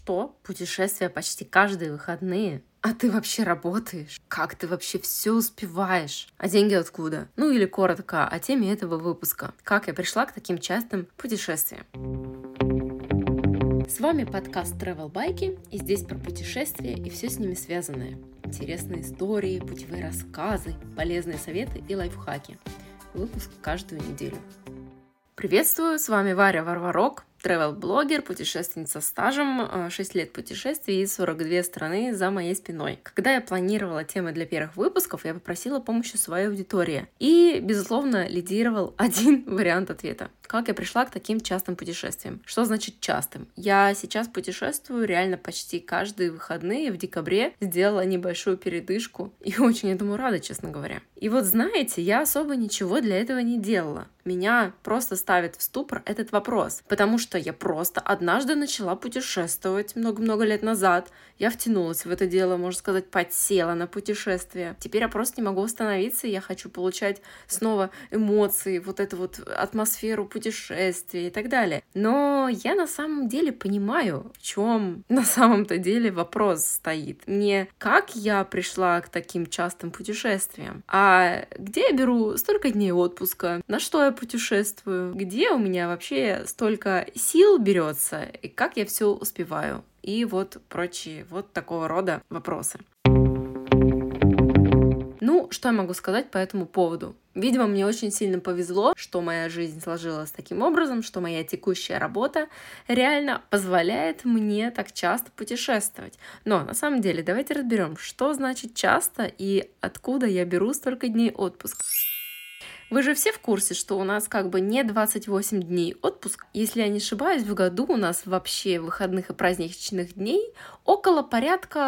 что? Путешествия почти каждые выходные. А ты вообще работаешь? Как ты вообще все успеваешь? А деньги откуда? Ну или коротко о теме этого выпуска. Как я пришла к таким частым путешествиям. С вами подкаст Travel Байки, и здесь про путешествия и все с ними связанное. Интересные истории, путевые рассказы, полезные советы и лайфхаки. Выпуск каждую неделю. Приветствую, с вами Варя Варварок, travel-блогер, путешественница с стажем, 6 лет путешествий и 42 страны за моей спиной. Когда я планировала темы для первых выпусков, я попросила помощи своей аудитории. И, безусловно, лидировал один вариант ответа. Как я пришла к таким частым путешествиям? Что значит частым? Я сейчас путешествую реально почти каждые выходные. В декабре сделала небольшую передышку и очень этому рада, честно говоря. И вот знаете, я особо ничего для этого не делала. Меня просто ставит в ступор этот вопрос, потому что я просто однажды начала путешествовать много-много лет назад. Я втянулась в это дело, можно сказать, подсела на путешествия. Теперь я просто не могу остановиться, и я хочу получать снова эмоции, вот эту вот атмосферу путешествия и так далее. Но я на самом деле понимаю, в чем на самом-то деле вопрос стоит. Не как я пришла к таким частым путешествиям, а где я беру столько дней отпуска, на что я путешествую, где у меня вообще столько сил берется и как я все успеваю. И вот прочие вот такого рода вопросы. Ну, что я могу сказать по этому поводу? Видимо, мне очень сильно повезло, что моя жизнь сложилась таким образом, что моя текущая работа реально позволяет мне так часто путешествовать. Но на самом деле давайте разберем, что значит часто и откуда я беру столько дней отпуска. Вы же все в курсе, что у нас как бы не 28 дней отпуска. Если я не ошибаюсь, в году у нас вообще выходных и праздничных дней около порядка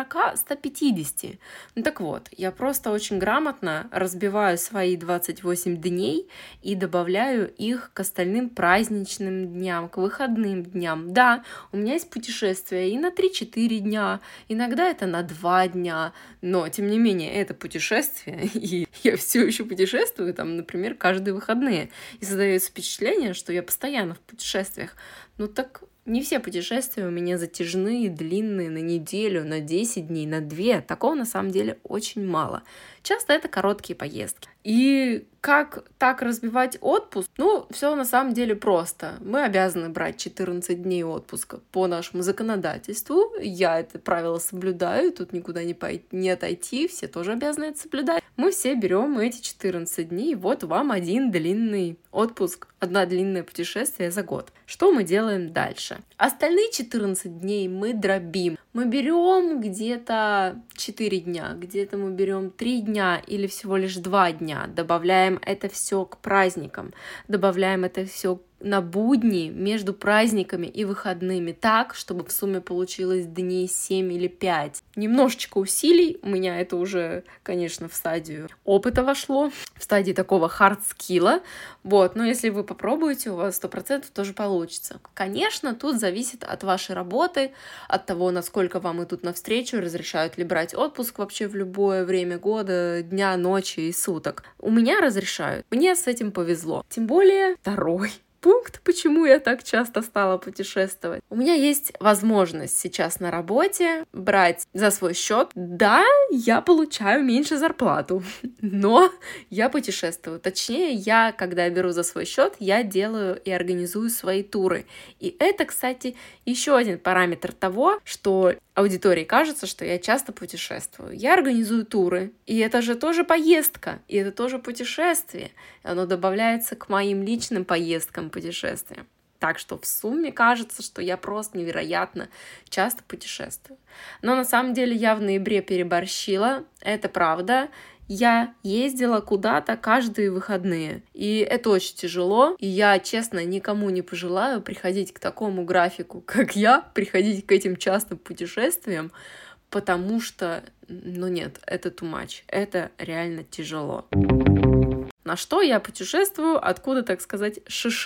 140-150. Ну так вот, я просто очень грамотно разбиваю свои 28 дней и добавляю их к остальным праздничным дням, к выходным дням. Да, у меня есть путешествия и на 3-4 дня, иногда это на 2 дня, но тем не менее это путешествие, и я все еще путешествую, там, например, каждые выходные. И создается впечатление, что я постоянно в путешествиях. Ну так не все путешествия у меня затяжные, длинные, на неделю, на 10 дней, на 2. Такого на самом деле очень мало. Часто это короткие поездки. И как так разбивать отпуск? Ну, все на самом деле просто. Мы обязаны брать 14 дней отпуска по нашему законодательству. Я это правило соблюдаю, тут никуда не отойти, все тоже обязаны это соблюдать. Мы все берем эти 14 дней, вот вам один длинный отпуск, одно длинное путешествие за год. Что мы делаем дальше? Остальные 14 дней мы дробим. Мы берем где-то 4 дня, где-то мы берем 3 дня или всего лишь 2 дня. Добавляем это все к праздникам, добавляем это все на будни между праздниками и выходными так, чтобы в сумме получилось дней 7 или 5. Немножечко усилий, у меня это уже, конечно, в стадию опыта вошло, в стадии такого хард-скилла, вот, но если вы попробуете, у вас 100% тоже получится. Конечно, тут зависит от вашей работы, от того, насколько вам идут навстречу, разрешают ли брать отпуск вообще в любое время года, дня, ночи и суток. У меня разрешают, мне с этим повезло. Тем более второй пункт, почему я так часто стала путешествовать. У меня есть возможность сейчас на работе брать за свой счет. Да, я получаю меньше зарплату, но я путешествую. Точнее, когда я беру за свой счет, я делаю и организую свои туры. И это, кстати, еще один параметр того, что аудитории кажется, что я часто путешествую. Я организую туры, и это же тоже поездка, и это тоже путешествие. И оно добавляется к моим личным поездкам, путешествиям. Так что в сумме кажется, что я просто невероятно часто путешествую. Но на самом деле я в ноябре переборщила, это правда. Я ездила куда-то каждые выходные, и это очень тяжело, и я, честно, никому не пожелаю приходить к такому графику, как я, приходить к этим частым путешествиям, потому что, ну нет, это too much, это реально тяжело. На что я путешествую, откуда, так сказать, шиши?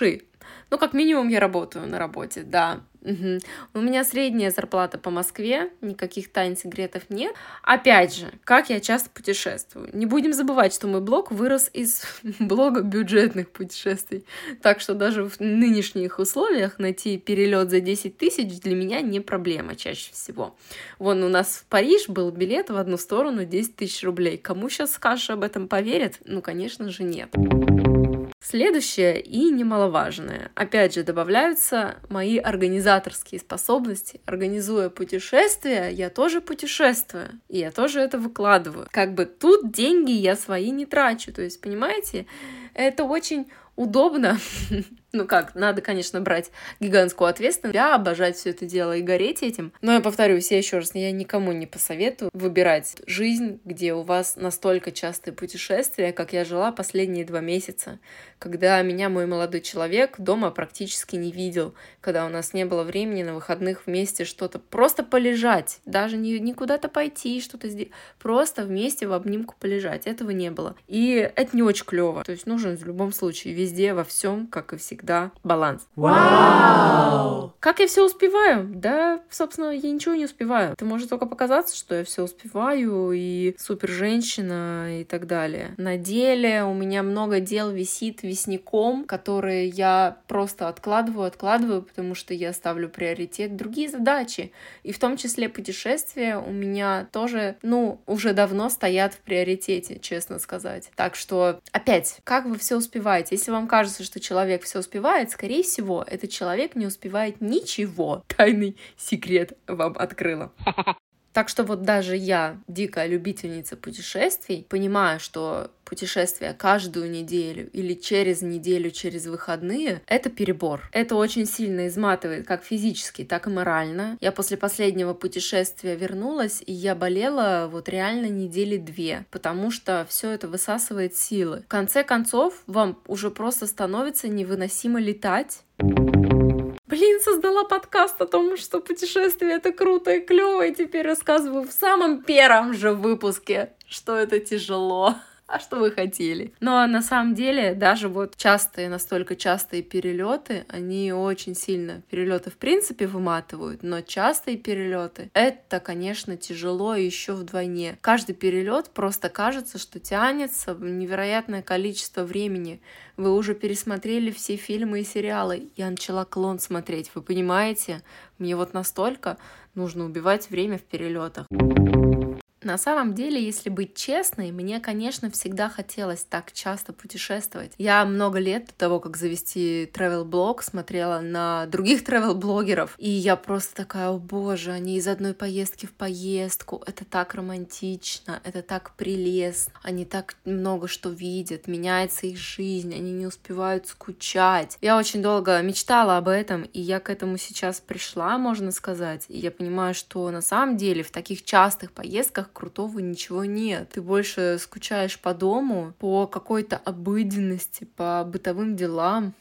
Ну, как минимум, я работаю на работе, да. Мгм. У меня средняя зарплата по Москве, никаких тайн, секретов нет. Опять же, как я часто путешествую. Не будем забывать, что мой блог вырос из блога бюджетных путешествий. Так что даже в нынешних условиях найти перелет за 10 тысяч для меня не проблема чаще всего. Вон у нас в Париж был билет в одну сторону 10 тысяч рублей. Кому сейчас скажешь об этом поверят? Ну, конечно же, нет. Следующее и немаловажное. Опять же, добавляются мои организаторские способности. Организуя путешествия, я тоже путешествую. И я тоже это выкладываю. Как бы тут деньги я свои не трачу. То есть, понимаете, это очень удобно. Ну как, надо, конечно, брать гигантскую ответственность, я обожать все это дело и гореть этим. Но я повторюсь, еще раз, я никому не посоветую выбирать жизнь, где у вас настолько частые путешествия, как я жила последние 2 месяца, когда меня мой молодой человек дома практически не видел, когда у нас не было времени на выходных вместе что-то просто полежать, даже не куда-то пойти, что-то сделать, просто вместе в обнимку полежать. Этого не было. И это не очень клево. То есть нужен в любом случае везде, во всем, как и всегда, баланс. Вау! Как я все успеваю? Да, собственно, я ничего не успеваю. Это может только показаться, что я все успеваю и супер женщина и так далее. На деле у меня много дел висит висяком, которые я просто откладываю, потому что я ставлю приоритет другие задачи. И в том числе путешествия у меня тоже, уже давно стоят в приоритете, честно сказать. Так что, опять, как вы все успеваете? Если вам кажется, что человек все успевает, скорее всего, этот человек не успевает ничего. Тайный секрет вам открыла. Так что вот даже я, дикая любительница путешествий, понимаю, что путешествия каждую неделю или через неделю, через выходные — это перебор. Это очень сильно изматывает как физически, так и морально. Я после последнего путешествия вернулась, и я болела вот реально 2 недели, потому что все это высасывает силы. В конце концов, вам уже просто становится невыносимо летать. Создала подкаст о том, что путешествие — это круто и клево, и теперь рассказываю в самом первом же выпуске, что это тяжело. А что вы хотели? Но на самом деле даже вот настолько частые перелеты, они очень сильно перелеты в принципе выматывают, но частые перелеты — это, конечно, тяжело еще вдвойне. Каждый перелет просто кажется, что тянется невероятное количество времени. Вы уже пересмотрели все фильмы и сериалы. Я начала «Клон» смотреть, вы понимаете? Мне вот настолько нужно убивать время в перелетах. На самом деле, если быть честной, мне, конечно, всегда хотелось так часто путешествовать. Я много лет до того, как завести travel-блог, смотрела на других travel-блогеров, и я просто такая: о боже, они из одной поездки в поездку, это так романтично, это так прелестно, они так много что видят, меняется их жизнь, они не успевают скучать. Я очень долго мечтала об этом, и я к этому сейчас пришла, можно сказать, и я понимаю, что на самом деле в таких частых поездках крутого ничего нет. Ты больше скучаешь по дому, по какой-то обыденности, по бытовым делам.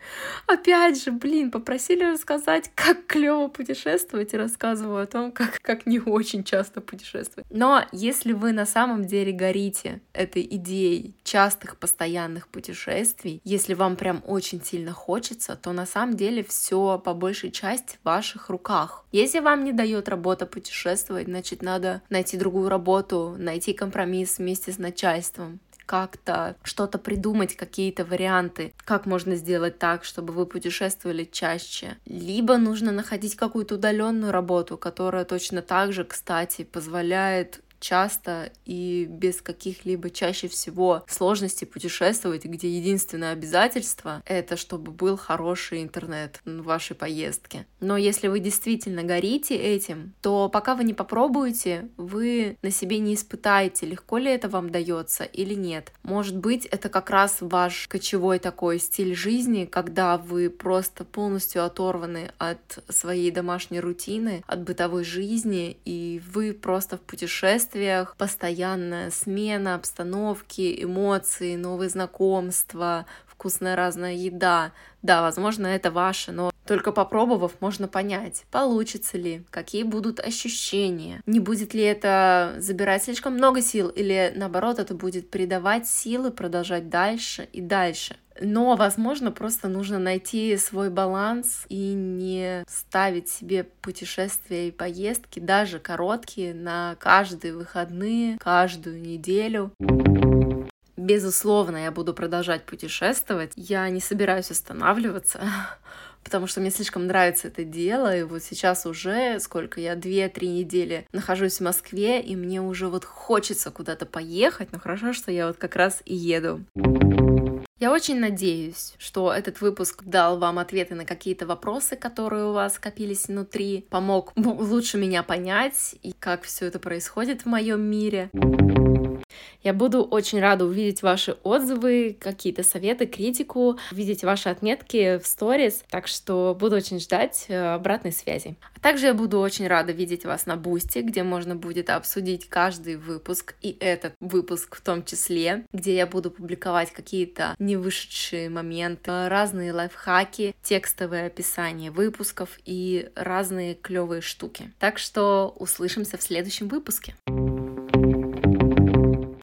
Опять же, попросили рассказать, как клево путешествовать, и рассказываю о том, как не очень часто путешествовать. Но если вы на самом деле горите этой идеей частых, постоянных путешествий, если вам прям очень сильно хочется, то на самом деле все по большей части в ваших руках. Если вам не дает работа путешествовать, значит, надо найти другую работу, найти компромисс вместе с начальством, как-то что-то придумать, какие-то варианты, как можно сделать так, чтобы вы путешествовали чаще. Либо нужно находить какую-то удаленную работу, которая точно так же, кстати, позволяет часто и без каких-либо чаще всего сложностей путешествовать, где единственное обязательство — это чтобы был хороший интернет в вашей поездке. Но если вы действительно горите этим, то пока вы не попробуете, вы на себе не испытаете, легко ли это вам дается или нет. Может быть, это как раз ваш кочевой такой стиль жизни, когда вы просто полностью оторваны от своей домашней рутины, от бытовой жизни, и вы просто в путешествии, постоянная смена обстановки, эмоций, новые знакомства, вкусная разная еда. Да, возможно, это ваше, но Только попробовав, можно понять, получится ли, какие будут ощущения, не будет ли это забирать слишком много сил, или наоборот, это будет придавать силы продолжать дальше и дальше. Но, возможно, просто нужно найти свой баланс и не ставить себе путешествия и поездки, даже короткие, на каждые выходные, каждую неделю. Безусловно, я буду продолжать путешествовать. Я не собираюсь останавливаться, потому что мне слишком нравится это дело. И вот сейчас уже, сколько я, 2-3 недели нахожусь в Москве, и мне уже вот хочется куда-то поехать. Но хорошо, что я вот как раз и еду. Я очень надеюсь, что этот выпуск дал вам ответы на какие-то вопросы, которые у вас скопились внутри, помог лучше меня понять и как все это происходит в моем мире. Я буду очень рада увидеть ваши отзывы, какие-то советы, критику, видеть ваши отметки в сторис, так что буду очень ждать обратной связи. А также я буду очень рада видеть вас на Бусти, где можно будет обсудить каждый выпуск, и этот выпуск в том числе, где я буду публиковать какие-то невышедшие моменты, разные лайфхаки, текстовые описания выпусков и разные клевые штуки. Так что услышимся в следующем выпуске.